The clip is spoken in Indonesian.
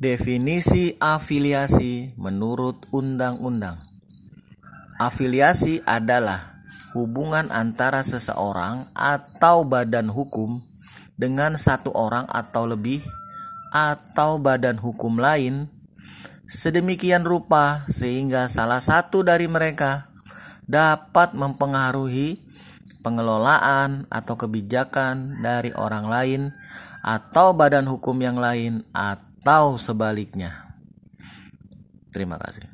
Definisi afiliasi menurut undang-undang. Afiliasi adalah hubungan antara seseorang atau badan hukum dengan satu orang atau lebih atau badan hukum lain sedemikian rupa sehingga salah satu dari mereka dapat mempengaruhi pengelolaan atau kebijakan dari orang lain atau badan hukum yang lain atau sebaliknya. Terima kasih.